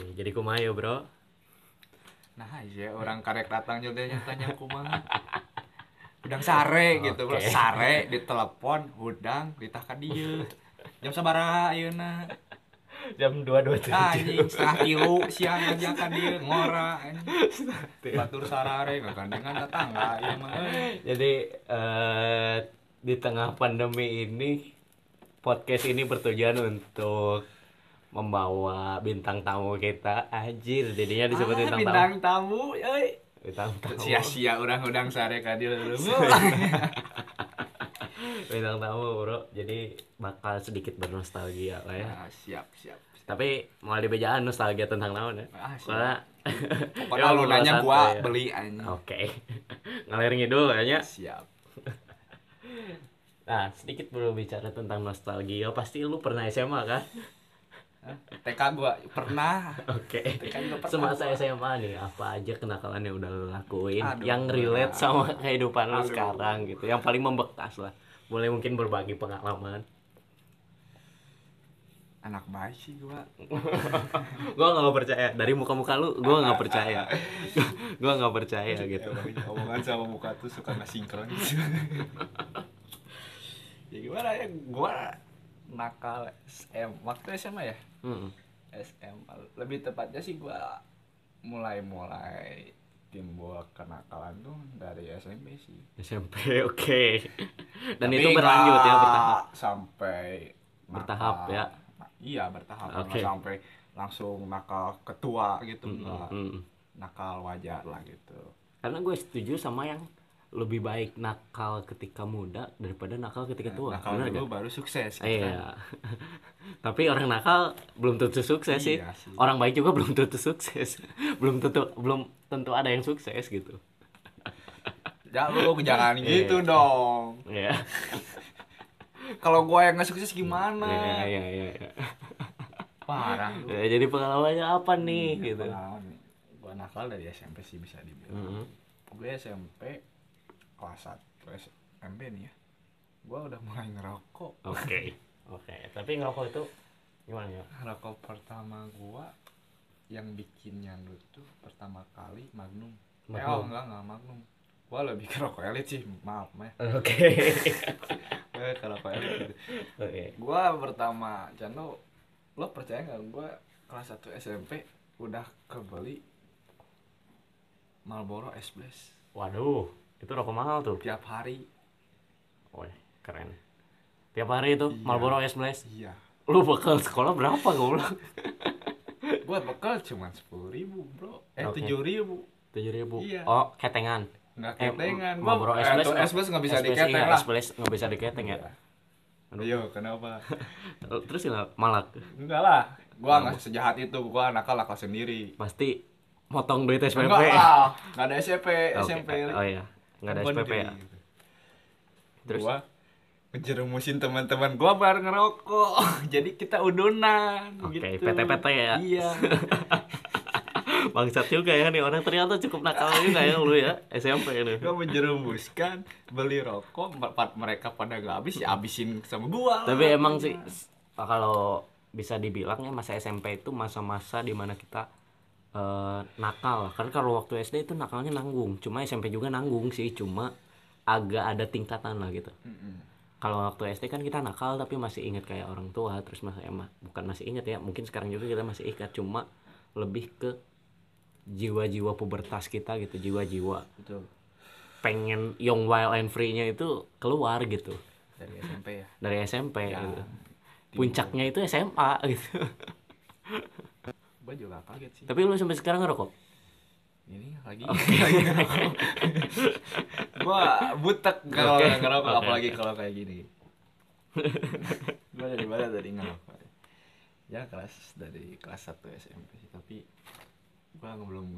Jadi kumaha ya, Bro? Nah aja orang karek datang juga tanya kumaha. Udang sare gitu, bro. Oke. Sare di telepon, udang ditah ka dieu. Jam sabaraha ayeuna? Jam 2.27. Anjing setengah tilu siang aja ka dieu ngora anjing. Batur sarare gagandengan tetangga ieu mah. Jadi di tengah pandemi ini podcast ini bertujuan untuk membawa bintang tamu kita. Anjir, jadinya disebut bintang tamu. Bintang tamu, euy. Bintang tamu. Sia-sia urang udang sare ka dieu. Bintang tamu, Bro. Jadi bakal sedikit bernostalgia lah ya. Siap. Tapi mau dibejaan nostalgia tentang naon ya. Siap. Karena Pokoknya lu nanya gua beli anjing. Oke. Ngalir ngidul kayaknya. Siap. Nah, sedikit bro bicara tentang nostalgia. Pasti lu pernah SMA kan? TK gua pernah. Oke. TK juga pernah. Semasa SMA nih, apa aja kenakalan yang udah lu lakuin Aduh, yang relate sama kehidupan lu Aduh. sekarang gitu, yang paling membekas lah. Boleh mungkin berbagi pengalaman. Anak baik sih gua. Gua nggak percaya dari muka-muka lu, gua nggak percaya. Gua nggak percaya gitu. Omongan sama muka tuh suka nggak sinkron gitu. Ya gimana ya, gua nakal waktu SMA ya. SMA lebih tepatnya sih gua mulai timbul kenakalan tuh dari SMP sih. SMP, oke. Dan Tapi itu berlanjut ya, bertahap. Sampai Bertahap nakal. ya. Iya bertahap. Oke. Nggak sampai langsung nakal ketua gitu enggak. Mm. Nakal wajar lah gitu. Karena gue setuju sama yang lebih baik nakal ketika muda daripada nakal ketika tua. Nakal Bener dulu gak? baru sukses gitu Iya. Tapi orang nakal belum tentu sukses sih. Iya sih. Orang baik juga belum tentu sukses. belum tentu ada yang sukses gitu. Jangan gitu dong. Iya. Kalau gua yang nggak sukses gimana? Iya. Parah lu. Ya, jadi pengalamannya apa nih gitu. Pengalaman nih. Gua nakal dari SMP sih bisa dibilang. Gue SMP kelas 1 SMP nih ya. Gua udah mulai ngerokok. Oke. Tapi ngerokok itu gimana ya? Rokok pertama gua yang bikin nyandu tuh pertama kali Magnum. Enggak Magnum. Gua lebih ke rokok elit sih, maaf mah. Oke. Ke rokok elit gitu. Oke. Gua pertama Cano, lo percaya nggak? Gua kelas 1 SMP udah kebeli Marlboro S-Blaze Waduh, itu rokok mahal tuh. tiap hari. Woi, keren. Tiap hari itu Iya. Marlboro S-Blaze. Iya. Lu bekal sekolah berapa goblok? Gua bekal cuma 10.000 bro. Oke. 7.000. 7.000. Iya. Oh, ketengan. Nggak ketengan. Marlboro S-Blaze. S-Blaze nggak bisa S-Blaze, diketeng iya, lah. S-Blaze nggak bisa diketeng ya. Ayo, kenapa? Terus nggak malak. Enggak lah. Gua nggak sejahat itu. Gua nakal sendiri. Pasti motong duit SPP. Enggak lah. Nggak ada SMP. Oke. SMP. Oh iya, nggak ada SPP ya. Terus? Gua ngejerumusin teman-teman gua bareng ngerokok. Jadi kita udunan Oke, gitu. PT-PT ya. Iya. Bangsat juga ya nih orang, ternyata cukup nakal juga ya lu ya SMP ini. Gua menjerumuskan beli rokok, mereka pada gak habis ya habisin sama gua. Tapi emang sih kalau bisa dibilang ya masa SMP itu masa-masa dimana kita nakal. Kan kalau waktu SD itu nakalnya nanggung, cuma SMP juga nanggung sih, cuma agak ada tingkatan lah gitu. Kalau waktu SD kan kita nakal tapi masih ingat kayak orang tua, terus bukan masih ingat ya, mungkin sekarang juga kita masih ingat, cuma lebih ke jiwa-jiwa pubertas kita gitu, jiwa-jiwa Betul. pengen young wild and free-nya itu keluar gitu Dari SMP ya. dari SMP Ya, gitu. Puncaknya itu SMA gitu. Gua juga kaget sih. Tapi lu sampai sekarang ngerokok? Ini lagi ngerokok. Gua butek kalau ngerokok, apalagi kalau kayak gini. Gua dari mana tadi ngerokok? Ya dari kelas 1 SMP sih, tapi gua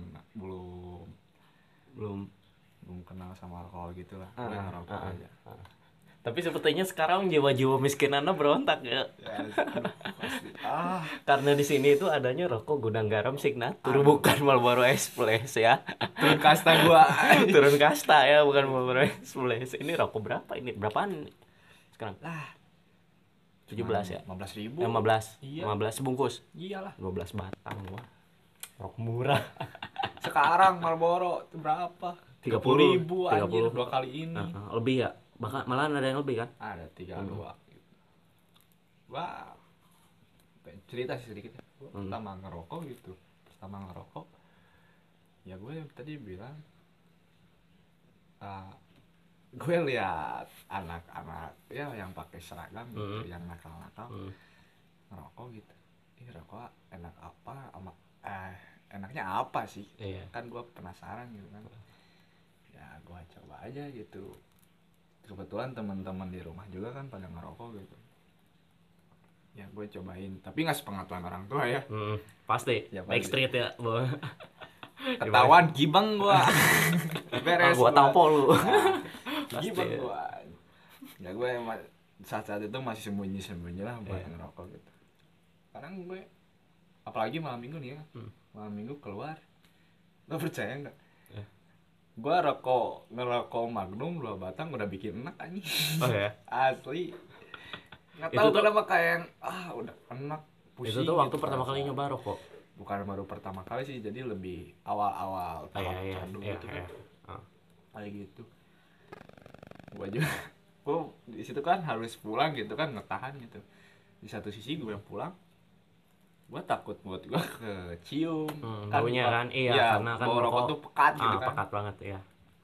belum kenal sama alkohol gitu lah. Gua ngerokok aja. Tapi sepertinya sekarang jiwa-jiwa miskinannya berontak ya. Ya, pasti. Karena di sini itu adanya rokok Gudang Garam Signature, bukan Marlboro S-Blaze ya. Turun kasta gua. Turun kasta ya, bukan Marlboro S-Blaze. Ini rokok berapa ini? Berapaan sekarang? Lah, 17 ya? 15.000. 15. Iya. 15 sebungkus. Iyalah. 12 batang gua. Rokok murah. Sekarang Marlboro itu berapa? 30.000 anjir 2 kali ini. Lebih ya, bahkan malah ada yang lebih kan. Ada 32 gitu. Wah, cerita sih sedikit ya. Gua pertama ngerokok gitu, ya gue tadi bilang gue lihat anak-anak ya yang pakai seragam gitu, yang nakal-nakal ngerokok gitu. Ih, rokok enak apa enaknya apa sih? Kan gue penasaran gitu kan. Ya gue coba aja gitu. Kebetulan teman-teman di rumah juga kan pada ngerokok gitu. Ya gue cobain, tapi nggak sepengetahuan orang tua ya. Pasti Ya, Backstreet ya. Ketahuan gibeng gue. Beres gua tampol lu. gibeng gue. Ya gue saat-saat itu masih sembunyi-sembunyi lah buat ngerokok gitu. Kadang gue apalagi malam minggu nih ya, malam minggu keluar, lo percaya nggak? Gue ngerokok Magnum 2 batang udah bikin enak anjing. Oh ya? Asli. Nggak tahu kenapa kayak yang udah enak, pusing. Itu tuh waktu gitu, pertama kali nyoba rokok. Bukan baru pertama kali sih, jadi lebih awal-awal tahap candu gitu kan. Kayak gitu. Gue juga gue di situ kan harus pulang gitu kan, ngetahan gitu. Di satu sisi gue pulang, gue takut buat gue kecium kan baunya kan, iya, karena kan bau rokok tuh pekat gitu kan, pekat banget ya.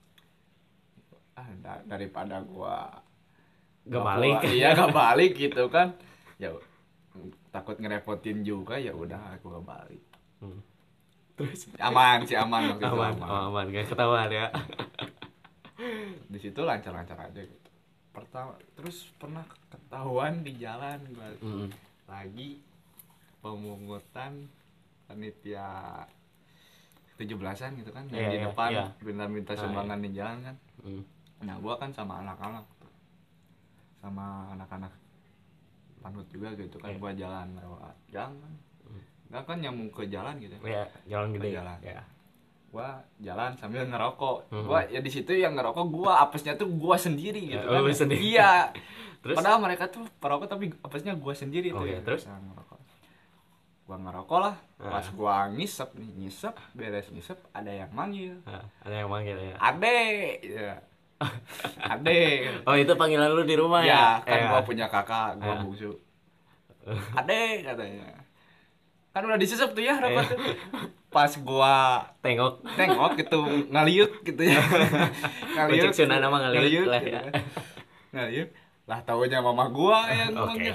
Daripada gue gak balik gak balik gitu kan, ya takut ngerepotin juga, ya udah gue balik. Terus aman waktu itu aman gak ketahuan ya. Di situ lancar-lancar aja gitu. Terus pernah ketahuan di jalan gue lagi pemungutan panitia 17-an gitu kan, yang di depan minta sumbangan di jalan kan. Nah gue kan sama anak-anak panut juga gitu kan, gue jalan lewat jalan nggak kan nyambung ke jalan gitu ya, jalan gede ya. Gue jalan sambil ngerokok. Gue ya di situ yang ngerokok, gue apesnya tuh gue sendiri gitu kan. Iya. Terus? Padahal mereka tuh perokok tapi apesnya gue sendiri tuh. Terus? Gue ngerokok lah. Pas gue ngisep, beres ngisep, ada yang manggil. Ya. Ade. Ya. Ade. Oh itu panggilan lu di rumah ya? Ya kan gue punya kakak, gue bungsu. Ade katanya. Kan udah disesep tuh ya rokok tuh. Pas gua tengok gitu, ngaliut gitu ya. Ngaliut nama ngaliut lah ya. Ngaliut. Lah taunya mama gua yang ngomongnya.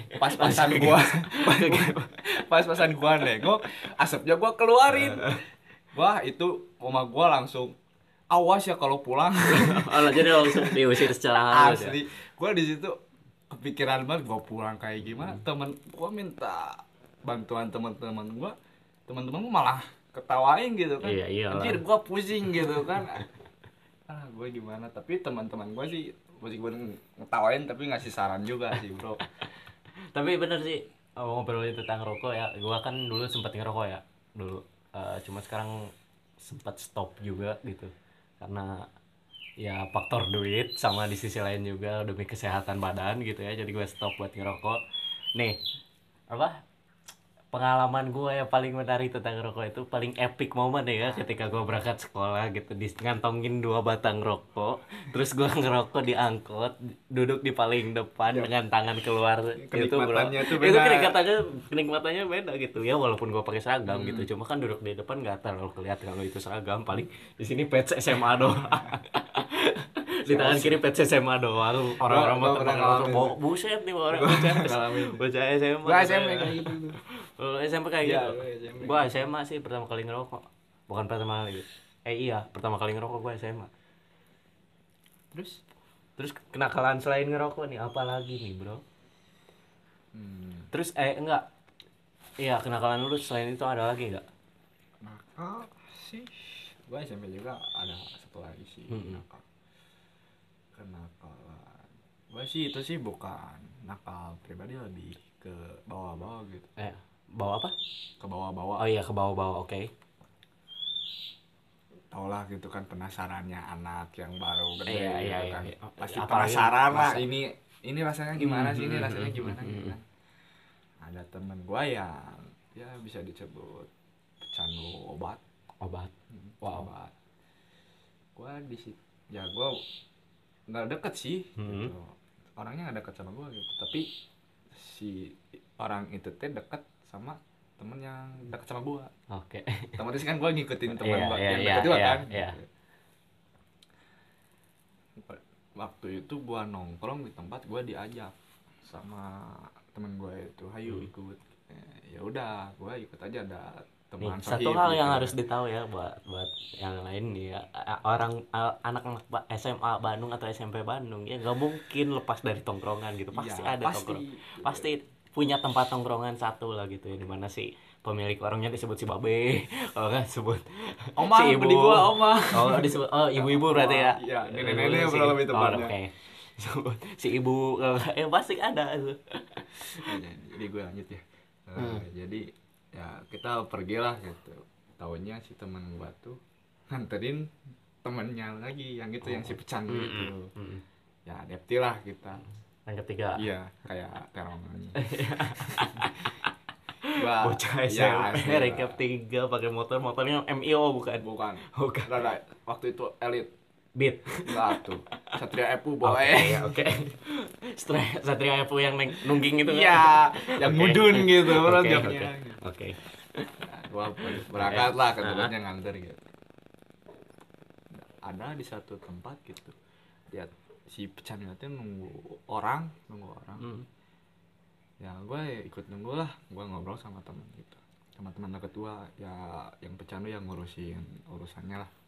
Pas-pasan gua nengok, asapnya gua keluarin. Wah, itu mama gua langsung awas ya kalau pulang. Jadi langsung diusir secara halus. Asli. Gua di situ kepikiran banget gua pulang kayak gimana. Temen gua minta bantuan teman-teman gua malah ketawain gitu kan. Anjir gua pusing gitu kan. Gua gimana, tapi teman-teman gua sih meskipun ngetawain tapi ngasih saran juga sih bro. Tapi bener sih ngobrolin tentang rokok ya, gua kan dulu sempat ngerokok ya dulu, cuma sekarang sempat stop juga gitu karena ya faktor duit sama di sisi lain juga demi kesehatan badan gitu ya, jadi gue stop buat ngerokok. Nih pengalaman gue yang paling menarik tentang rokok itu paling epic momen ya ketika gue berangkat sekolah gitu, ngantongin 2 batang rokok, terus gue ngerokok di angkot, duduk di paling depan dengan tangan keluar. Itu bro, kenikmatannya beda gitu ya, walaupun gue pakai seragam gitu, cuma kan duduk di depan nggak terlalu kelihatan kalau itu seragam, paling di sini patch SMA doang. Di tangan kiri patch SMA doang. Orang-orang mau terbang buset nih orang bocah SMA. Gua SMA kayak gitu. SMP kayak gitu. Gua SMA sih pertama kali ngerokok. Bukan pertama kali. Pertama kali ngerokok gua SMA. Terus kenakalan selain ngerokok nih apa lagi nih, Bro? Terus enggak. Iya, kenakalan lu selain itu ada lagi enggak? Nakal sih. Gua SMP juga ada satu lagi sih. Kenakalan. Gua sih itu sih bukan nakal pribadi, lebih ke bawa-bawa gitu. Bawa apa? Ke bawah-bawah. Oh iya, ke bawah-bawah, oke. Tau lah gitu kan, penasarannya anak yang baru gede gitu kan. Pasti apalagi penasaran lah, ini rasanya gimana sih, ini rasanya gimana gitu kan. Ada temen gua yang ya bisa disebut pecandu obat. Wow. Obat. Gue di situ ya gue nggak deket sih gitu. Orangnya nggak deket sama gue gitu, tapi si orang itu teh deket sama temen yang deket sama gue. Oke. Otomatis kan gue ngikutin temen Iya, gue iya, yang iya, deket juga iya, kan iya. gitu. Waktu itu gue nongkrong di tempat, gue diajak sama temen gue itu, hayu ikut. Ya udah gue ikut aja, ada Nih, teman satu sohib hal gitu yang ya. harus ditahu ya buat yang lain nih ya, anak-anak SMA Bandung atau SMP Bandung ya nggak mungkin lepas dari tongkrongan gitu, pasti Iya, ada pasti. pasti punya tempat tongkrongan satu lah gitu ya, dimana si pemilik warungnya disebut si babe, kalau nggak disebut Oma, si ibu. beli gua Oma. Oh, disebut ibu-ibu berarti ya. Iya, nenek-nenek Si- kalau lebih tepatnya. Oke. Disebut si ibu, kalau nggak, pasti ada itu. Jadi gue lanjut ya. Jadi ya kita pergilah gitu. Taunya si teman gua tuh nganterin temennya lagi yang itu, yang si pecandu itu. Ya adaptilah kita. Yang ketiga. Iya, kayak terongan. Gua Bocah ya, SMP recap 3 pakai motornya MIO bukan? bukan. Bukan. Rada, waktu itu elit. Beat. Enggak tuh. Satria Epu boy. Oke. Satria Epo yang nungging itu kan? Iya, yang mudun gitu Oke. Oke. Nah, gua berangkat lah ke tempatnya nganter gitu. Ada di satu tempat gitu. Dia si pecandu itu nunggu orang. Ya gue ikut nunggu lah, gue ngobrol sama teman gitu, sama teman deket gue ya, yang pecandu yang ngurusin urusannya lah.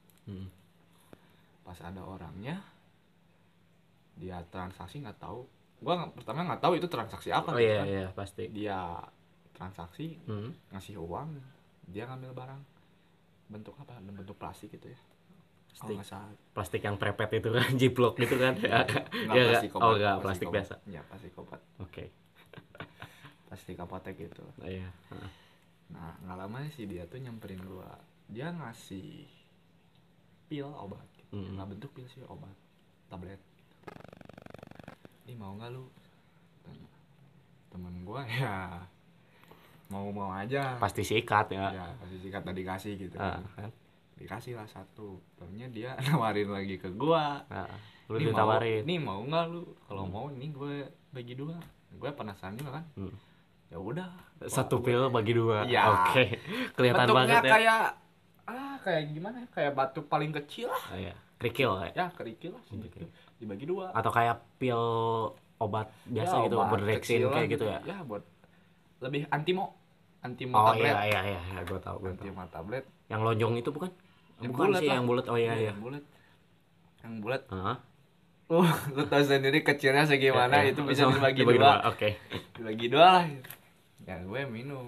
Pas ada orangnya, dia transaksi nggak tahu, gue pertama nggak tahu itu transaksi apa. Oh gitu iya kan. iya pasti. Dia transaksi, ngasih uang, dia ngambil barang, bentuk apa? Bentuk plastik gitu ya. Plastik. Nggak salah. Plastik yang prepet itu kan, jiplok gitu kan? Nggak, Ya plastik obat. Oh enggak, plastik obat. biasa. Ya plastik obat. Oke. Plastik apotek gitu. Oh, iya. Nah, nggak lama sih dia tuh nyamperin gua. Dia ngasih pil obat. Nggak bentuk pil sih, obat. Tablet. Ini mau nggak lu? Tanya. Temen gua ya mau aja. Pasti sikat ya. Ya, kasih sikat tadi kasih gitu. Kan? Dikasih lah satu. Ternyata dia nawarin lagi ke gua. Lu Nih ditawarin. Nih mau nggak lu? Kalau mau nih gue bagi 2. Gue penasaran juga kan. Ya udah, Satu pil bagi 2. Ya. Oke. Kelihatan bentuknya banget ya. kayak gimana ya, kayak batu paling kecil lah Oh, iya. Kerikil ya. ya, kerikil lah segitu, dibagi 2. Atau kayak pil obat biasa Ya, gitu, obat berdeksin kecil kayak lah gitu ya. Ya buat lebih antimo Oh tablet. iya, gue tahu. Antimo tablet Yang lonjong itu bukan? Yang Bukan bulat sih, lah. yang bulat. Oh iya. Yang bulat. Heeh. Lu tahu sendiri kecilnya segimana, itu bisa dibagi 2. Oke. Dibagi 2 lah. Ya gue minum.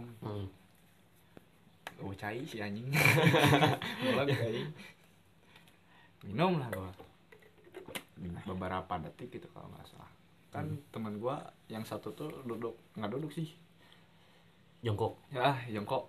Gue cai si anjing. Mulai cai. Minum lah gue. Beberapa detik gitu kalau nggak salah. Kan teman gue yang satu tuh nggak duduk sih. Jongkok. Ya, jongkok.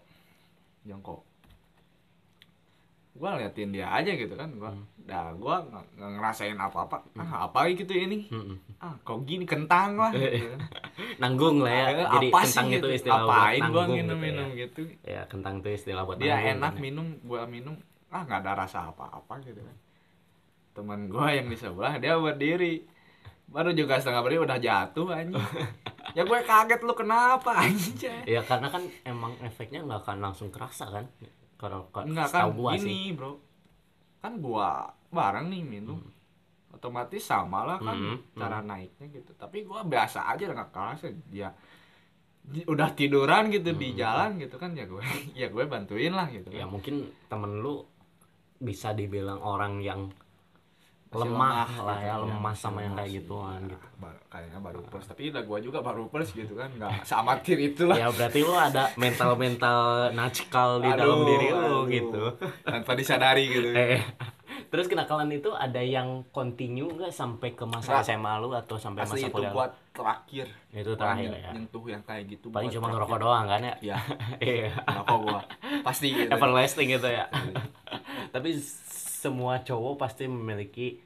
Gue ngeliatin dia aja gitu kan. Gue nggak ngerasain apa-apa. Apa gitu ini? Kok gini, kentang lah gitu. Nanggung lah ya. Jadi apa kentang sih itu gitu? istilah buat Apain gue nanggung minum gitu gitu. Ya, kentang itu istilah buat Dia nanggung. enak minum, gue minum, nggak ada rasa apa-apa gitu kan. Teman gue yang di sebelah dia berdiri, baru juga setengah berdiri udah jatuh anjing. Ya gue kaget, lu kenapa anjing? Ya karena kan emang efeknya nggak akan langsung kerasa kan. Kalau Enggak kan gua gini sih, bro, kan gua bareng nih minum, otomatis sama lah kan cara naiknya gitu. Tapi gua biasa aja, nggak kerasa. Dia udah tiduran gitu di jalan gitu kan, ya gue bantuin lah gitu kan. Ya mungkin temen lu bisa dibilang orang yang Masih lemah lah gitu, ya, ya, lemah masih sama yang lemah kayak sih. gituan gitu. Kayaknya baru first, tapi udah gua juga baru first gitu kan, nggak seamatir itulah. Ya berarti lu ada mental najkal di dalam diri lu gitu. Tanpa disadari gitu. Terus kenakalan itu ada yang continue nggak sampai ke masa SMA lu atau sampai Asli masa itu kuliah? buat terakhir. Itu terakhir ya. Nyentuh yang kayak gitu. Paling buat cuma terakhir. ngerokok doang kan ya? Iya. Iya. Ngerokok gua. Pasti gitu. Everlasting gitu ya. Tapi semua cowok pasti memiliki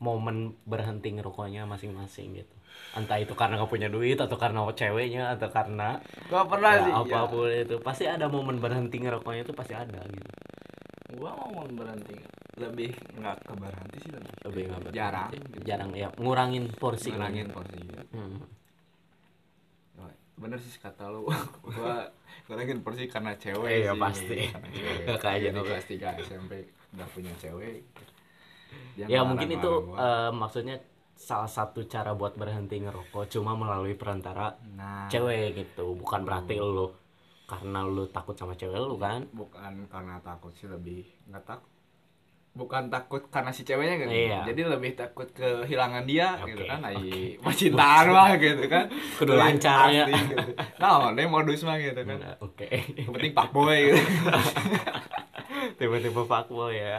momen berhenti ngerokoknya masing-masing gitu. Entah itu karena gak punya duit atau karena ceweknya atau karena Gua pernah ya sih apapun itu pasti ada momen berhenti ngerokoknya itu pasti ada gitu. Gua mau berhenti lebih nggak ke berhenti sih, Lebih nggak jarang berhenti. gitu. Jarang ya, ngurangin porsi lah. Ngurangin porsi gitu. Hmm. Bener sih kata lu. Gua ngurangin porsi karena cewek Iya sih. pasti. Karena cewek. Kayak Jadi gitu. kelas 3 SMP udah punya cewek. Dia Ya mungkin itu ngelarang-larang gua. maksudnya salah satu cara buat berhenti ngerokok cuma melalui perantara Nah, cewek gitu. Bukan berarti lu karena lu takut sama cewek lu kan. bukan karena takut sih, lebih nggak takut. Bukan takut karena si ceweknya gitu. Iya. Jadi lebih takut kehilangan dia Oke, gitu kan. Ai oke. percintaan mah gitu kan. Kudu lancar ya. Asli gitu. Nah, dia modus mah gitu kan. Oke. Yang penting pak boy gitu. Tiba-tiba fuckboy ya.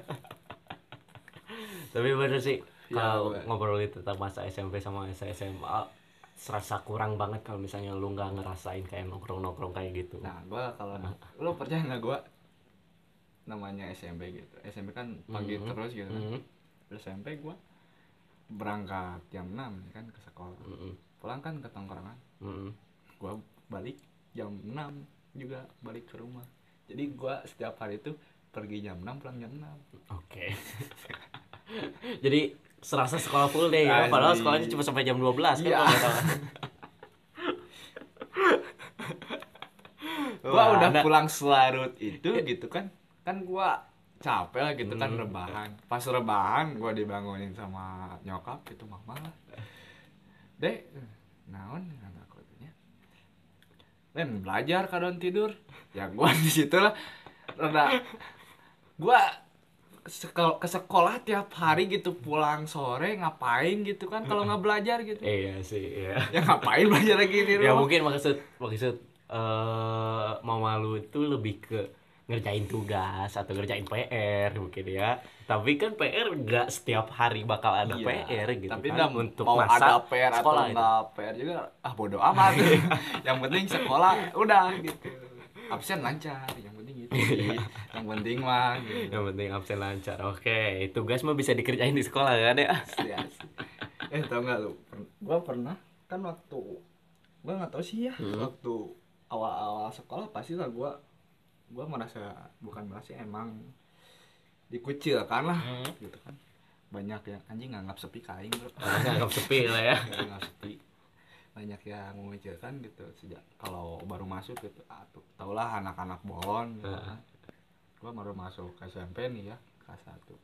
Tapi bener sih Ya, kalau gue. ngobrolin tentang masa SMP sama masa SMA serasa kurang banget kalau misalnya lu nggak ngerasain kayak nongkrong-nongkrong kayak gitu. Nah, gua kalau lu percaya nggak gua namanya SMP gitu. SMP kan pagi terus gitu kan. SMP gua berangkat jam 6 kan ke sekolah. Pulang kan ke tongkrongan. Gua balik jam 6 juga balik ke rumah. Jadi gua setiap hari itu pergi jam 6 pulang jam 6. Oke. Jadi serasa sekolah full day ya, padahal sekolahnya cuma sampai jam 12 kan. Iya. Kalau nggak salah. Gua Wah, udah nah. pulang selarut itu gitu kan. Kan gua capek lah gitu kan rebahan. Pas rebahan gua dibangunin sama nyokap itu mama lah. Dek, naon aku tanya. Len belajar kadon tidur. Ya gua di situ lah rada gua ke sekolah tiap hari gitu, pulang sore ngapain gitu kan kalau nggak belajar gitu. Iya sih, iya. Ya ngapain belajar lagi di Ya rumah. mungkin maksud mama lu itu lebih ke ngerjain tugas atau ngerjain PR mungkin ya. Tapi kan PR nggak setiap hari bakal ada Iya, PR gitu tapi kan mau untuk mau masa ada PR atau sekolah itu. enggak PR juga bodo amat. Yang penting sekolah udah gitu. Absen lancar, yang penting gitu sih. Yang penting mah gitu. Yang penting absen lancar. Oke, tugas mah bisa dikerjain di sekolah kan ya. Asli. Tau nggak lu? Gua pernah kan waktu gua nggak tahu sih ya, waktu awal-awal sekolah pasti lah gua merasa, bukan merasa, emang dikucilkan lah gitu kan. Banyak yang anjing nganggap sepi kain bro. Nggak sepi lah ya. Nganggap sepi. Banyak yang mengucilkan gitu sejak kalau baru masuk gitu. Tau lah anak-anak bolon gitu kan. Gua baru masuk SMP nih ya, kelas 1.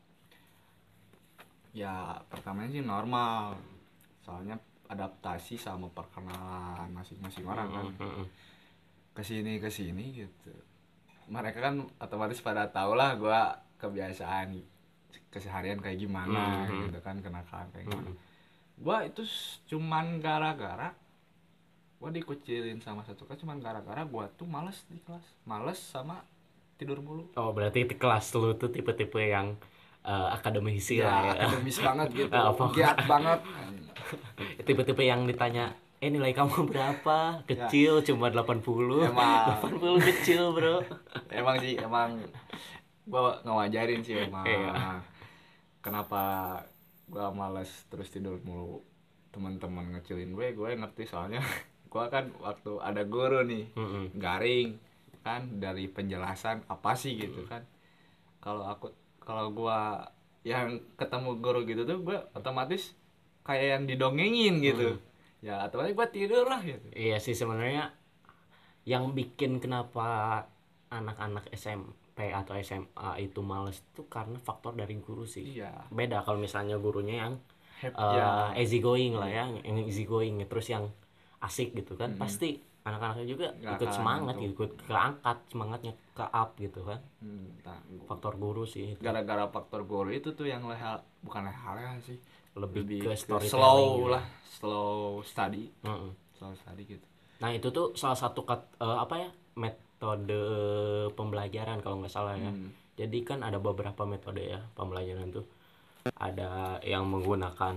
Ya pertamanya sih normal, soalnya adaptasi sama perkenalan masing-masing orang kan. Kesini gitu. Mereka kan otomatis pada tau lah gua kebiasaan keseharian kayak gimana gitu kan, kenakalan kayak gimana. Gua itu cuman gara-gara gua dikucilin sama satu kelas, cuman gara-gara gua tuh males di kelas, males sama tidur mulu. Oh berarti di kelas lu tuh tipe-tipe yang akademisi Ya, lah ya. akademis banget gitu, Apa? giat banget. Tipe-tipe yang ditanya nilai kamu berapa? Kecil cuma 80. Emang 80 kecil bro. emang sih, emang gua ngawajarin sih emang. Iya. Kenapa gua males terus tidur mulu, teman-teman ngecilin gue ngerti soalnya. Gua kan waktu ada guru nih garing kan, dari penjelasan apa sih gitu kan. Kalau gua yang ketemu guru gitu tuh gua otomatis kayak yang didongengin gitu. Ya otomatis gua tidur lah gitu. Iya sih sebenarnya yang bikin kenapa anak-anak SMP atau SMA itu males tuh karena faktor dari guru sih. Iya. Beda kalau misalnya gurunya yang Ya, easy going lah ya, yang easy going terus yang asik gitu kan, pasti anak-anaknya juga Nggak ikut akan semangat, ngantuk. ikut keangkat semangatnya, ke up gitu kan. nah, Faktor guru sih itu. gara-gara faktor guru itu tuh yang bukan leha sih, Lebih ke ke storytelling slow gitu. lah, slow study Mm-mm. gitu. Nah itu tuh salah satu metode pembelajaran kalau nggak salah ya. Jadi kan ada beberapa metode ya pembelajaran tuh. Ada yang menggunakan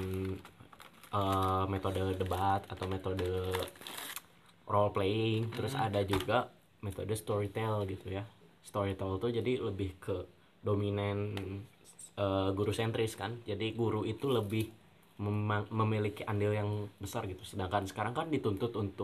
metode debat atau metode role playing, terus ada juga metode storytell gitu ya. Storytell tuh jadi lebih ke dominan guru sentris kan, jadi guru itu lebih memiliki andil yang besar gitu, sedangkan sekarang kan dituntut untuk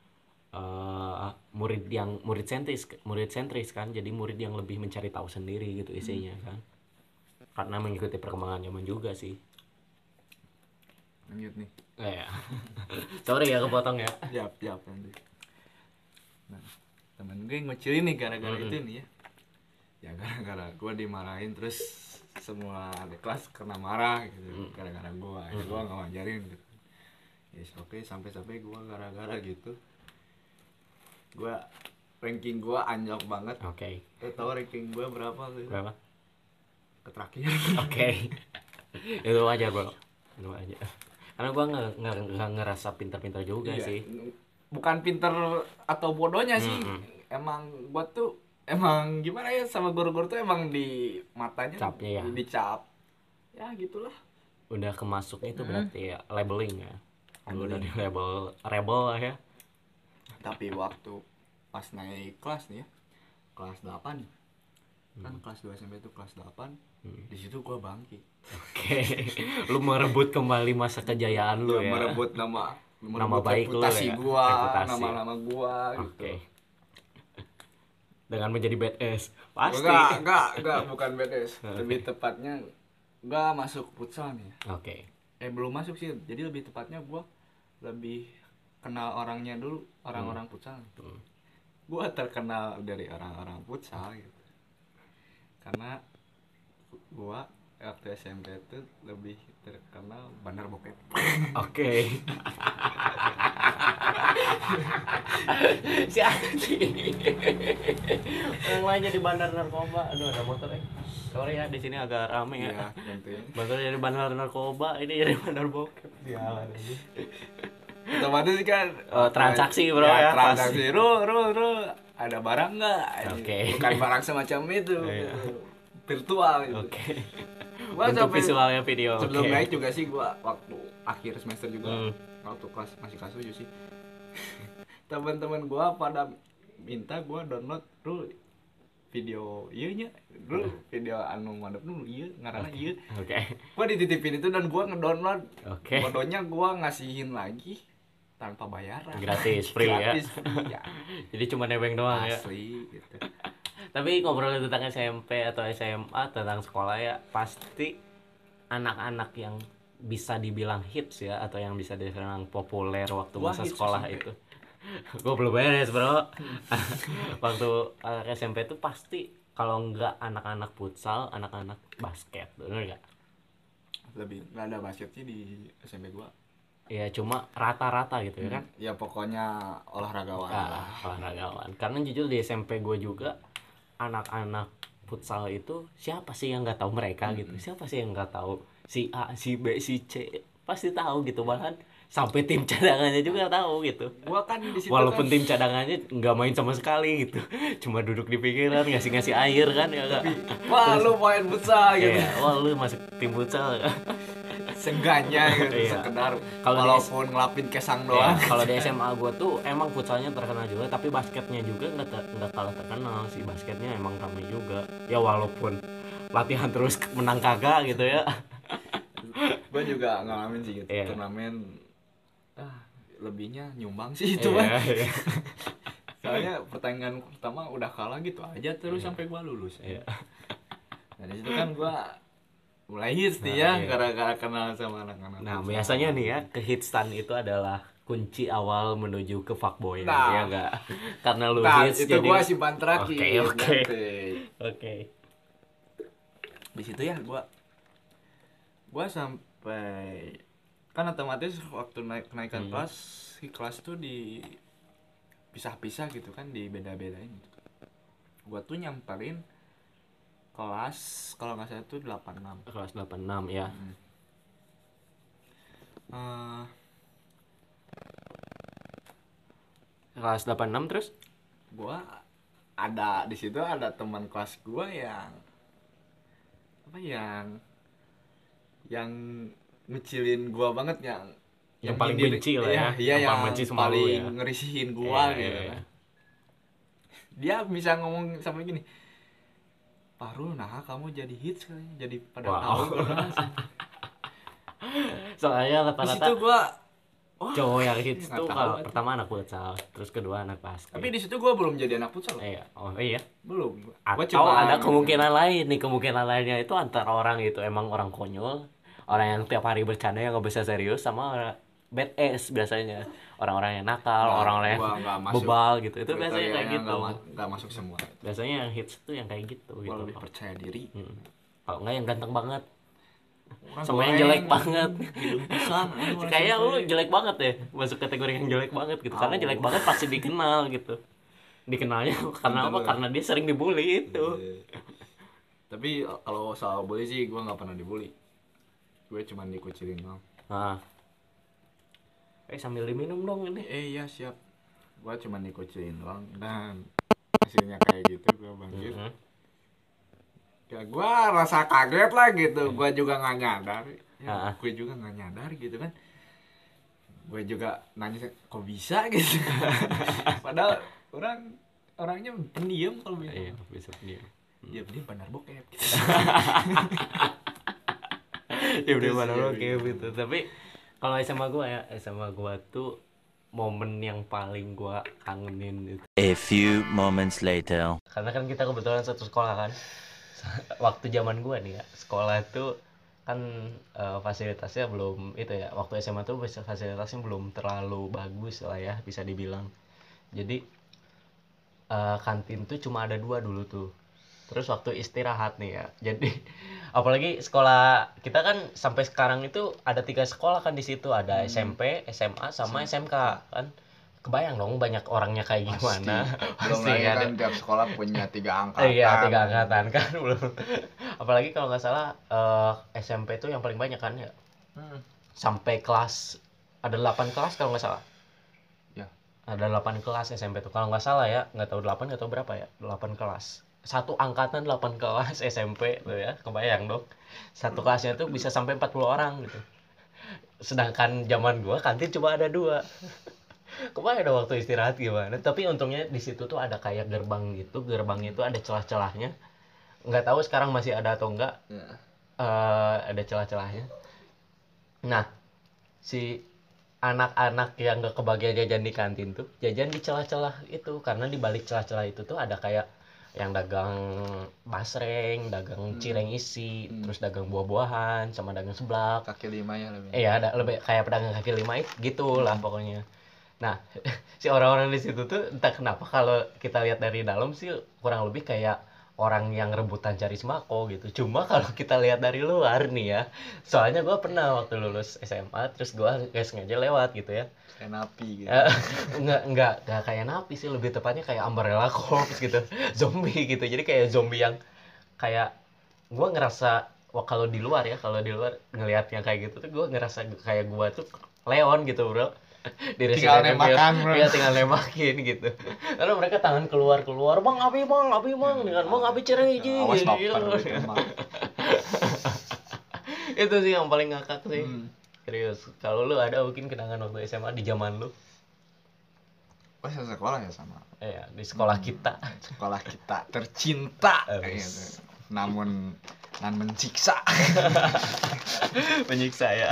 murid sentris kan, jadi murid yang lebih mencari tahu sendiri gitu isinya kan, karena mengikuti perkembangan zaman juga sih. Lanjut nih. Ya. Sorry ya kepotong ya. Siap nanti. Nah, temen gue ngecilin nih gara-gara itu nih ya. Ya gara-gara gue dimarahin terus semua adik kelas kena marah gitu gara-gara gue. Gue nggak ngajarin gitu. Yes, oke, sampai-sampai gue gara-gara gitu. Gue ranking gue anjlok banget. Oke. Lo tau ranking gue berapa tuh? Berapa? Keterakhir. Oke. Itu aja bro. Itu aja. Karena gue nggak ngerasa pintar-pintar juga sih. Bukan pinter atau bodohnya sih. Emang gue tuh emang gimana ya, sama guru-guru tuh emang di matanya capnya ya. Dicap. Ya gitulah. Udah kemasuk itu berarti ya labeling ya. Udah di label rebel lah ya. Tapi waktu pas naik kelas nih ya, kelas 8 kan kelas 2 SMP itu kelas 8 di situ gua bangkit. Oke. Lu merebut kembali masa kejayaan lu ya. Merebut nama baik lu reputasi ya. Gua, reputasi. nama-nama gua gitu. Oke. Dengan menjadi badass. Pasti. Enggak, bukan badass. Lebih tepatnya gua masuk futsal nih. Oke. Belum masuk sih. Jadi lebih tepatnya gua lebih kenal orangnya dulu, orang-orang futsal. Gua terkenal dari orang-orang futsal gitu. Karena gua waktu SMP itu lebih terkenal bandar bokep. Oke. Si anjing. Mulai jadi bandar narkoba. Aduh, ada motor ya. Sorry ya, di sini agak rame ya. Iya, tentunya. Bandar jadi bandar narkoba, ini jadi bandar bokep. Sialan aja. Otomatis kan transaksi bro ya. Transaksi. Ru, ada barang nggak? Oke. Bukan barang semacam itu. Virtual gitu. Oke. Gua Untuk sampai visualnya video. sebelum Oke. naik juga sih gua waktu akhir semester juga waktu kelas masih kelas 7 sih. Teman-teman gua pada minta gua download dulu video ieu nya. Dulu video anu mandep dulu ieu ngaranna ieu. Oke. Gua dititipin itu dan gua ngedownload. Oke. Bodohnya gua ngasihin lagi tanpa bayaran. Gratis, free ya. Gratis, free ya. Jadi cuma nebeng doang ya. Asli gitu. Tapi ngobrol tentang SMP atau SMA, tentang sekolah ya, pasti anak-anak yang bisa dibilang hits ya, atau yang bisa dibilang populer waktu masa sekolah itu. Gue belum beres bro. Waktu SMP itu pasti kalau nggak anak-anak futsal, anak-anak basket, bener nggak? Lebih nggak ada basket sih di SMP gua. Ya cuma rata-rata gitu ya kan. Ya pokoknya olahragawan. Olahragawan. Karena jujur di SMP gue juga anak-anak futsal itu siapa sih yang nggak tahu mereka gitu. Siapa sih yang nggak tahu si A, si B, si C, pasti tahu gitu, bahkan sampai tim cadangannya juga tahu gitu. Gua kan di situ walaupun kan, tim cadangannya nggak main sama sekali gitu, cuma duduk di pinggiran ngasih air kan ya kak. wah lu main futsal gitu. Iya, wah lu masuk tim futsal. Sengganya gitu, Iya. sekedar Kalau walaupun ngelapin kesang Ya, doang. kalau di SMA gue tuh emang futsalnya terkenal juga, tapi basketnya juga nggak kalah terkenal sih. Basketnya emang ramai juga. Ya walaupun latihan terus menang kagak gitu ya. Gua juga ngalamin sih gitu. Iya. Turnamen lebihnya nyumbang sih itu Iya, mah. iya. Soalnya pertandingan pertama udah kalah gitu aja terus sampai gua lulus. Iya. Nah, di situ kan gua mulai hits nih ya, gara-gara kenal sama anak-anak. Nah biasanya nih ya, kehitsan itu adalah kunci awal menuju ke fuckboy. Nah. Ya enggak? Karena lu Nah, hits itu jadi gua simpan terakhir. Oke. nanti. Oke. Di situ ya gua sampai kan otomatis waktu kenaikan kelas, si kelas itu di pisah-pisah gitu kan, dibeda-bedain gitu. Gua tuh nyamperin kelas kalau nggak salah itu 86. Kelas 86 ya. Kelas 86 terus? Gua ada di situ ada teman kelas gua yang yang ngecilin gua banget, yang paling benci lah ya. Iya, yang paling benci sama lu paling ya. ngerisihin gua Iya, gitu. iya. Dia bisa ngomong sampai gini, Parul, nah kamu jadi hits kali, jadi pada Wow. tahu kan. Soalnya Di rata-rata situ gua cowok yang hits nggak tuh tahu kalau atuh. pertama anak futsal, terus kedua anak basket. Tapi di situ gua belum jadi anak futsal. Iya, oh iya. Belum. Gua Atau cuma ada kemungkinan lain nih, kemungkinan lainnya itu antara orang itu emang orang konyol, orang yang tiap hari bercanda yang gak bisa serius, sama orang bad ass biasanya, orang-orang yang nakal, nah, orang-orang yang gua nggak masuk. bebal gitu, itu biasanya kayak Kriterianya gitu. nggak masuk semua. Biasanya yang hits tuh yang kayak gitu Gua gitu. lebih percaya diri. Kalau enggak yang ganteng banget, Orang sama yang goreng, jelek banget. hidung pisang, Kayak lu jelek banget ya, masuk kategori yang jelek banget gitu. Karena jelek banget pasti dikenal gitu. Dikenalnya karena apa? Karena dia sering dibully itu. Tapi kalau soal bully sih gue nggak pernah dibully. Gue cuma dikucilin doang. Nah, sambil diminum dong ini. Iya siap. Gue cuma dikucilin doang dan hasilnya kayak gitu gue bangkit. Ya gue rasa kaget lah gitu. Gue juga nggak nyadar. Ya, gue juga nggak nyadar gitu kan. Gue juga nanya kok bisa gitu. Padahal orangnya pendiam kalau bisa. Iya, bisa pendiam. Ya dia benar bokep gitu. Ya udah mana lo kayak gitu. Tapi kalau SMA gua ya, SMA gua tuh momen yang paling gua kangenin itu. A few moments later. Karena kan kita kebetulan satu sekolah kan. Waktu zaman gua nih ya, sekolah tuh kan fasilitasnya belum itu ya. Waktu SMA tuh fasilitasnya belum terlalu bagus lah ya, bisa dibilang. Jadi kantin tuh cuma ada 2 dulu tuh. Terus waktu istirahat nih ya, jadi apalagi sekolah kita kan sampai sekarang itu ada 3 sekolah kan di situ, ada SMP, SMA sama SMK kan. Kebayang dong banyak orangnya kayak gimana. Belum Pasti lagi ada. kan tiap sekolah punya 3 angkatan. Iya, 3 angkatan kan belum. Apalagi kalau nggak salah SMP tuh yang paling banyak kan ya. Sampai kelas ada 8 kelas kalau nggak salah. Ya. Ada 8 kelas SMP tuh. Kalau nggak salah ya, nggak tahu 8 nggak tahu berapa ya. 8 kelas. Satu angkatan 8 kelas SMP tuh ya. Kebayang dong. Satu kelasnya tuh bisa sampai 40 orang gitu. Sedangkan zaman gua kantin cuma ada 2. Kebayang dong waktu istirahat gimana. Tapi untungnya di situ tuh ada kayak gerbang gitu. Gerbangnya itu ada celah-celahnya. Nggak tahu sekarang masih ada atau enggak. Ya. Ada celah-celahnya. Nah, si anak-anak yang gak kebagian jajan di kantin tuh jajan di celah-celah itu, karena di balik celah-celah itu tuh ada kayak yang dagang basreng, dagang cireng isi, terus dagang buah-buahan sama dagang seblak. Kaki 5 ya lebih. Iya, ada lebih kayak pedagang kaki 5 itu gitulah pokoknya. Nah, si orang-orang di situ tuh entah kenapa kalau kita lihat dari dalam sih kurang lebih kayak orang yang rebutan cari sembako gitu. Cuma kalau kita lihat dari luar nih ya, soalnya gue pernah waktu lulus SMA terus gue gak sengaja lewat gitu ya. Kayak napi gitu. Enggak kayak napi sih, lebih tepatnya kayak Umbrella Corps gitu. Zombie gitu. Jadi kayak zombie yang kayak gue ngerasa kalau di luar ngelihat yang kayak gitu tuh gue ngerasa kayak gue tuh Leon gitu, bro. Tinggal nembakan, bro. Iya, tinggal nembakin gitu. Karena mereka tangan keluar bang api bang dengan bang api cerai aja Awas gitu. baper. Itu sih yang paling ngakak sih. Serius. Kalau lu ada mungkin kenangan waktu SMA di zaman lu? Oh, sekolah ya sama. Iya, di sekolah kita. Sekolah kita tercinta. Gitu. Namun menyiksa. Menyiksa ya.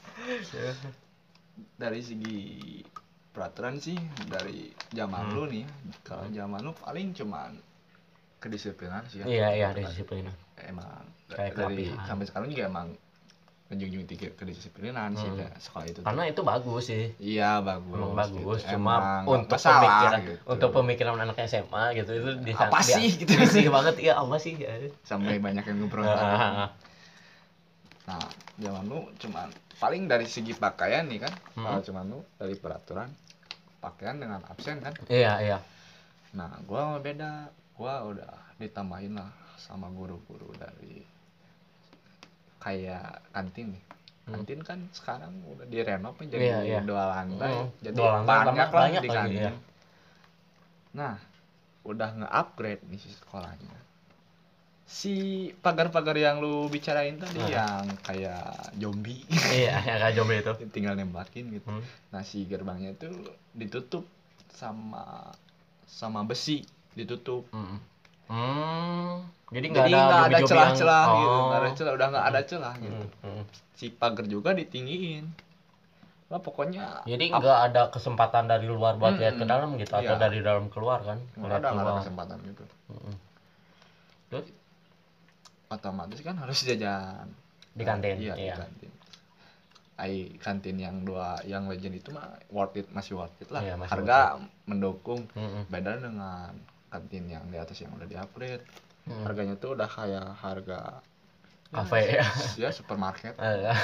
Dari segi peraturan sih dari zaman lu nih, kalau zaman lu paling cuman kedisiplinan sih ya. Iya, disiplinan. Emang Kayak dari kelapihan. sampai sekarang juga emang menjunjung tinggi kedisiplinan sih sekolah itu. Karena itu bagus sih. Iya bagus. Emang bagus, gitu. cuma Emang untuk masalah, pemikiran gitu. untuk pemikiran anak SMA gitu itu Apa sih gitu. Risih banget ya, apa sih ya. Sampai banyak yang ngeberontak. Nah, zaman lu cuman paling dari segi pakaian nih kan, kalau cuman lu dari peraturan pakaian dengan absen kan. Iya. Nah, gua beda. Gua udah ditambahin lah sama guru-guru dari kayak kantin nih. Kantin kan sekarang udah direnov jadi 2 lantai. Jadi banyak di kantin. Iya. Nah, udah nge-upgrade nih si sekolahnya. Si pagar-pagar yang lu bicarain tadi yang kayak zombie. Iya, yang kayak zombie itu. Tinggal nembakin gitu. Nah, si gerbangnya itu ditutup sama besi, ditutup. Jadi nggak Jadi ada nggak ada jobi-jobi celah-celah yang gitu, nggak ada celah, udah nggak ada celah gitu. Hmm. Si pagar juga ditinggiin. Lah pokoknya Jadi nggak ada kesempatan dari luar buat lihat ke Mm-mm. dalam gitu, atau Iya. dari dalam keluar kan, nggak lihat ada keluar. kesempatan gitu. Terus Otomatis kan harus jajan di kantin. Iya, di kantin. Kantin yang yang legend itu mah masih worth it lah. Iya, masih Harga mendukung. Mm-mm. Beda dengan kantin yang di atas yang udah di-upgrade. Harganya tuh udah kayak harga Kafe ya. Ya supermarket.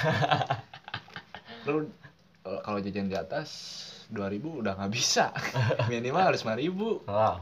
Lu kalau jajan di atas 2.000 udah nggak bisa. Minimal harus 5.000. Wow.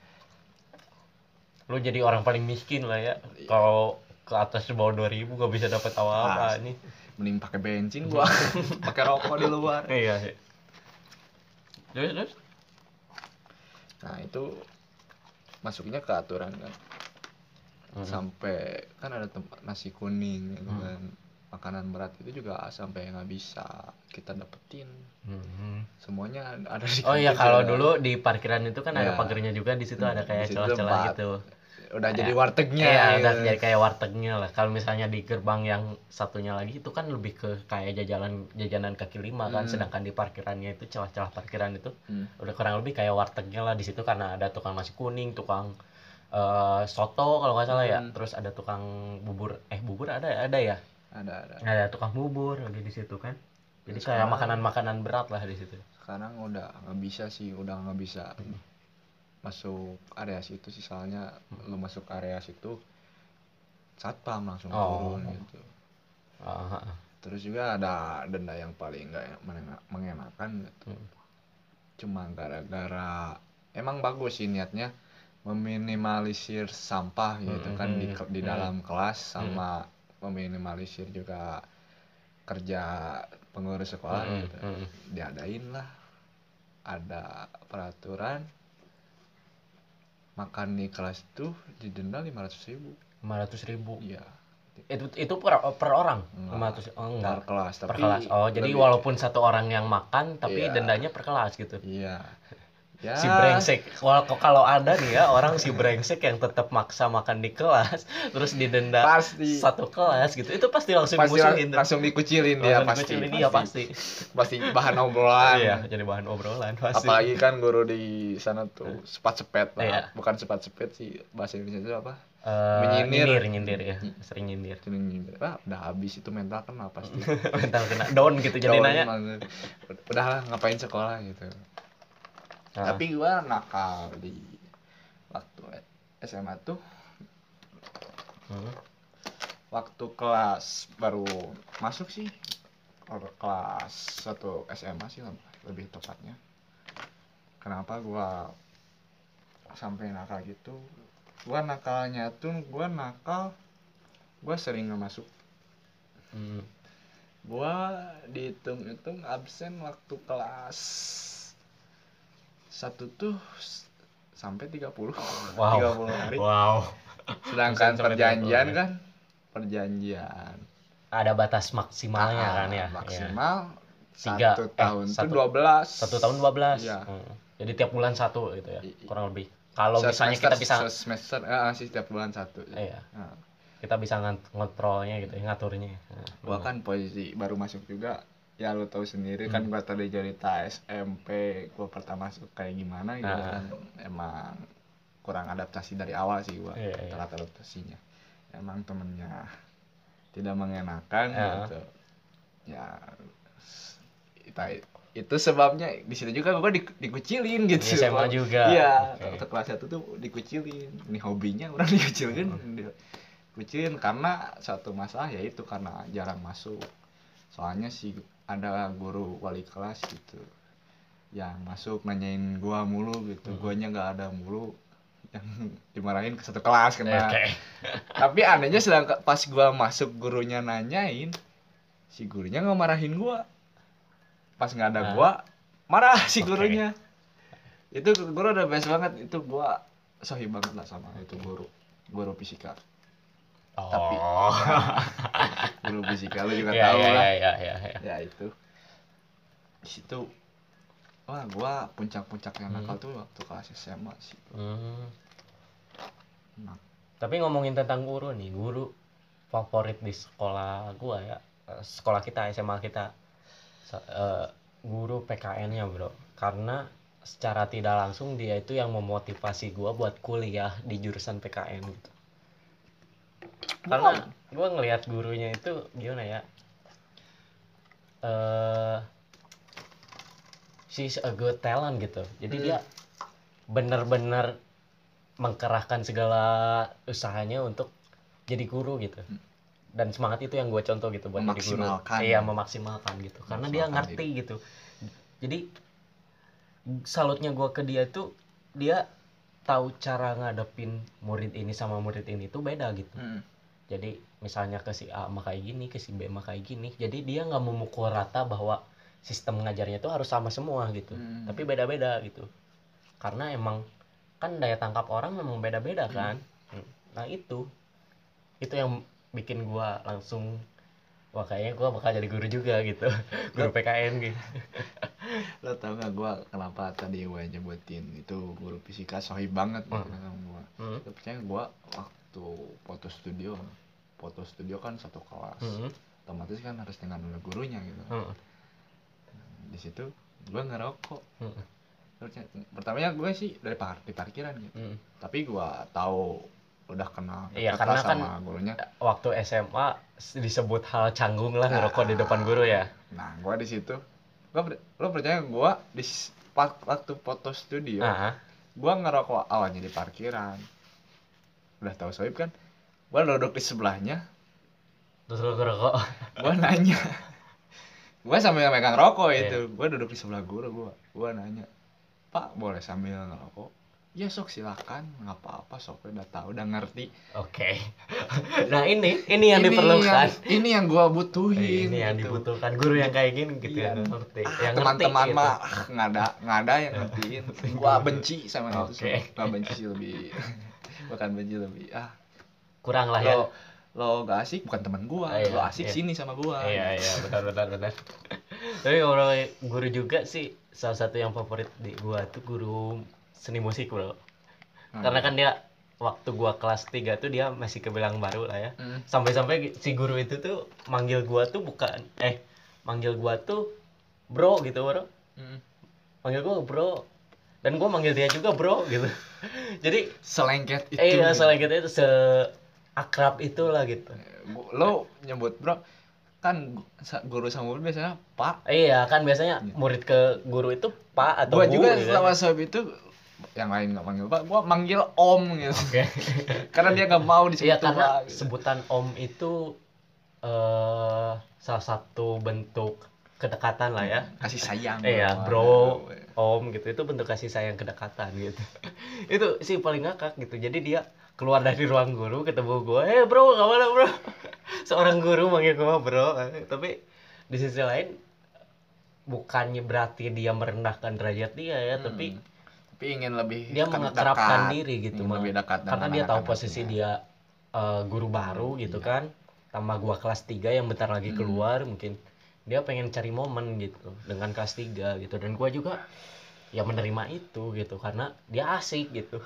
Lu jadi orang paling miskin lah ya. Kalau ke atas di bawah 2.000 gak bisa dapat apa-apa nih. Mending pakai bensin gua. Pakai rokok di luar. Iya. Terus? Nah, itu masuknya ke aturan kan. Sampai kan ada tempat nasi kuning gitu kan. Makanan berat itu juga sampai nggak bisa kita dapetin. Semuanya ada di Oh iya, kantin kalau juga. dulu di parkiran itu kan ada Iya. pagernya juga, di situ ada kayak Di situ celah-celah tempat. gitu. Udah jadi wartegnya. Iya, gitu. udah jadi kayak wartegnya lah. Kalau misalnya di gerbang yang satunya lagi itu kan lebih ke kayak jajanan kaki lima kan, sedangkan di parkirannya itu celah-celah parkiran itu udah kurang lebih kayak wartegnya lah. Di situ karena ada tukang nasi kuning, tukang soto kalau nggak salah ya. Terus ada tukang bubur ada ya. Ada tukang bubur ada di situ kan. Jadi kayak makanan-makanan berat lah di situ. Sekarang udah nggak bisa sih, udah nggak bisa masuk area situ sih, soalnya lu masuk area situ satpam langsung turun gitu. Terus juga ada denda yang paling nggak mengenakan gitu. Cuma gara-gara emang bagus sih niatnya meminimalisir sampah gitu kan di dalam kelas, sama meminimalisir juga kerja pengurus sekolah gitu. Diadain lah, ada peraturan makan di kelas itu didenda 500.000. 500.000. Iya. Itu per orang? 500? Per kelas, per kelas. Oh, jadi walaupun satu orang yang makan tapi dendanya per kelas gitu. Iya. Ya. Si brengsek. Kalau ada nih ya orang si brengsek yang tetap maksa makan di kelas terus didenda Pasti. satu kelas gitu, itu pasti langsung dimusuhin. Langsung dikucilin dia pasti. Pasti bahan obrolan. Iya, jadi bahan obrolan pasti. Apalagi kan guru di sana tuh sepat-sepet lah. Iya. Bukan sepat-sepet sih, bahasa Indonesia itu apa? Nyindir ya, sering nyindir. Udah habis itu mental kena pasti. Mental kena down gitu jadi nanya. Udahlah ngapain sekolah gitu. Tapi gua nakal di waktu SMA tuh. Waktu kelas baru masuk sih, kelas 1 SMA sih lebih tepatnya. Kenapa gua sampai nakal gitu? Gua nakalnya tuh gua sering nggak masuk. Gua dihitung-hitung absen waktu kelas 1 tuh sampai 30. Wow. 30 hari. Wow. Sedangkan perjanjian ada batas maksimalnya kan ya. Maksimal ya. 1 tahun tuh 12. 1 tahun 12. Iya. Jadi tiap bulan 1 gitu ya, kurang lebih. Kalau misalnya kita bisa semester sih tiap bulan 1. Iya. Kita bisa ngontrolnya gitu, ngaturnya. Gua kan posisi baru masuk juga. Ya lu tahu sendiri kan, gua tadi cerita SMP gua pertama masuk kayak gimana gitu kan. Emang kurang adaptasi dari awal sih gua. Telat adaptasinya. Emang temennya tidak mengenakan gitu. Ya itu sebabnya di situ juga gua dikucilin gitu. SMA juga. Iya, waktu kelas 1 tuh dikucilin. Ini hobinya orang dikucilin. Dikucilin karena satu masalah, yaitu karena jarang masuk. Soalnya sih ada guru wali kelas gitu yang masuk nanyain gua mulu gitu. Guanya nggak ada mulu, yang dimarahin ke satu kelas kena. Tapi anehnya sedang pas gua masuk gurunya nanyain, si gurunya nggak marahin gua. Pas nggak ada gua marah si gurunya. Itu guru udah best banget, itu gua sohib banget lah sama itu guru fisika. Tapi guru fisika lu juga tahu lah. Ya itu. Di situ wah, gua puncak-puncaknya nakal tuh waktu kelas SMA sih. Nah, Tapi ngomongin tentang guru nih, guru favorit di sekolah gua ya, sekolah kita, SMA kita, guru PKN-nya bro, karena secara tidak langsung dia itu yang memotivasi gua buat kuliah di jurusan PKN gitu. Karena gua ngelihat gurunya itu gimana ya, she's a good talent gitu. Jadi dia benar-benar mengkerahkan segala usahanya untuk jadi guru gitu. Dan semangat itu yang gue contoh gitu buat jadi guru. Memaksimalkan. Iya, memaksimalkan gitu. Karena dia ngerti gitu. Jadi salutnya gue ke dia tuh, dia tahu cara ngadepin murid ini sama murid ini tuh beda gitu. Jadi misalnya ke si A mah kayak gini, ke si B mah kayak gini. Jadi dia nggak memukul rata bahwa sistem ngajarnya tuh harus sama semua gitu. Tapi beda-beda gitu. Karena emang kan daya tangkap orang memang beda-beda kan. Nah itu yang bikin gua langsung, wah kayaknya gua bakal jadi guru juga gitu. Guru PKN gitu. Lo tau gak gue kenapa tadi gue nyebutin itu guru fisika sohib banget gitu sama gue. Lo percaya gue waktu foto studio kan satu kelas, otomatis kan harus dengan gurunya gitu. Di situ gue ngerokok. Pertamanya gue sih di parkiran gitu. Tapi gue tahu udah kenal karena sama kan gurunya. Waktu SMA disebut hal canggung lah ngerokok di depan guru ya. Nah gue di situ, lo percaya gue di waktu foto studio, gue ngerokok awalnya di parkiran. Udah tahu sohib kan, gue duduk di sebelahnya. Terus lo ngerokok. Gue nanya, gue sambil megang rokok itu, gue duduk di sebelah guru, gue nanya, Pak boleh sambil ngerokok? Ya sok silakan, nggak apa-apa, sok udah tahu, udah ngerti. Oke. Nah ini yang diperlukan. Ini yang gue butuhin. Ini yang dibutuhkan guru yang kayak gini gitu ya. Ngerti. Yang teman-teman ngerti, mah gitu. nggak ada yang ngertiin. Gue benci sama itu. Gue benci sih lebih, bukan benci lebih. Kurang lah ya. Lo gak asik bukan teman gue. Lo asik sini sama gue. Iya benar. Tapi kalau guru juga sih salah satu yang favorit di gue tuh guru seni musik bro. Karena kan dia waktu gua kelas 3 tuh dia masih kebilang baru lah ya. Sampai-sampai si guru itu tuh manggil gua tuh manggil gua tuh bro gitu bro. Manggil gua bro. Dan gua manggil dia juga bro gitu. Jadi selengket itu. Iya, selengket itu, seakrab itulah gitu. Lo nyebut bro, kan guru sama murid biasanya pak. Iya kan biasanya murid ke guru itu pak atau bu. Gua juga gitu sama sohib itu yang lain nggak manggil pak, gua manggil om gitu. Karena dia nggak mau disebut. Iya karena gitu. Sebutan om itu salah satu bentuk kedekatan lah ya, kasih sayang. Iya bro, om gitu, itu bentuk kasih sayang, kedekatan gitu. Itu sih paling ngakak gitu. Jadi dia keluar dari ruang guru ketemu gue, bro kemana bro. Seorang guru manggil gue bro. Tapi di sisi lain bukannya berarti dia merendahkan derajat dia ya, tapi ingin lebih dia mengakrabkan diri gitu, lebih dekat, karena dia tahu posisi dia guru baru gitu kan, tambah gua kelas 3 yang bentar lagi keluar, mungkin dia pengen cari momen gitu dengan kelas 3 gitu, dan gua juga ya menerima itu gitu karena dia asik gitu.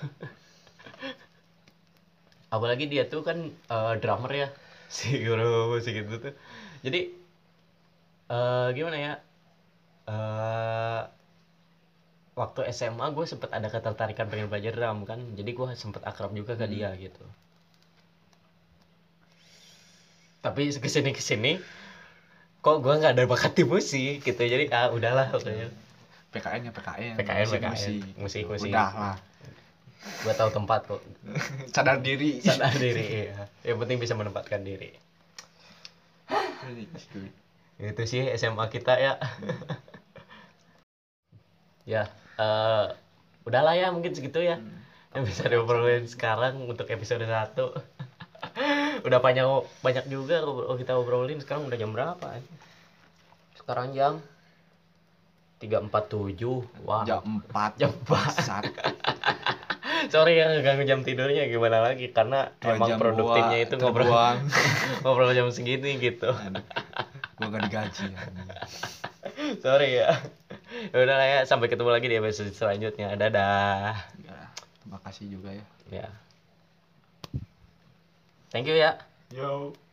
Apalagi dia tuh kan drummer ya, si guru musik itu tuh. Jadi gimana ya, waktu SMA gue sempet ada ketertarikan pengen belajar drum kan, jadi gue sempet akrab juga ke dia gitu. Tapi kesini kok gue nggak ada bakat di musik gitu, jadi udahlah pokoknya. PKN musik udah lah, gue tahu tempat kok. sadar diri iya. Yang penting bisa menempatkan diri. Itu sih SMA kita ya. Ya udahlah ya, mungkin segitu ya yang bisa diobrolin sekarang untuk episode 1. Udah banyak juga kita obrolin. Sekarang udah jam berapa? Sekarang jam 3.47. Wah, jam 4. Sorry ya ngeganggu jam tidurnya, gimana lagi, karena emang produktifnya itu ngobrol jam segini gitu. Gua gak digaji ya. Sorry ya. Udah lah ya, sampai ketemu lagi di episode selanjutnya. Dadah. Ya, terima kasih juga ya. Ya. Thank you ya. Yo.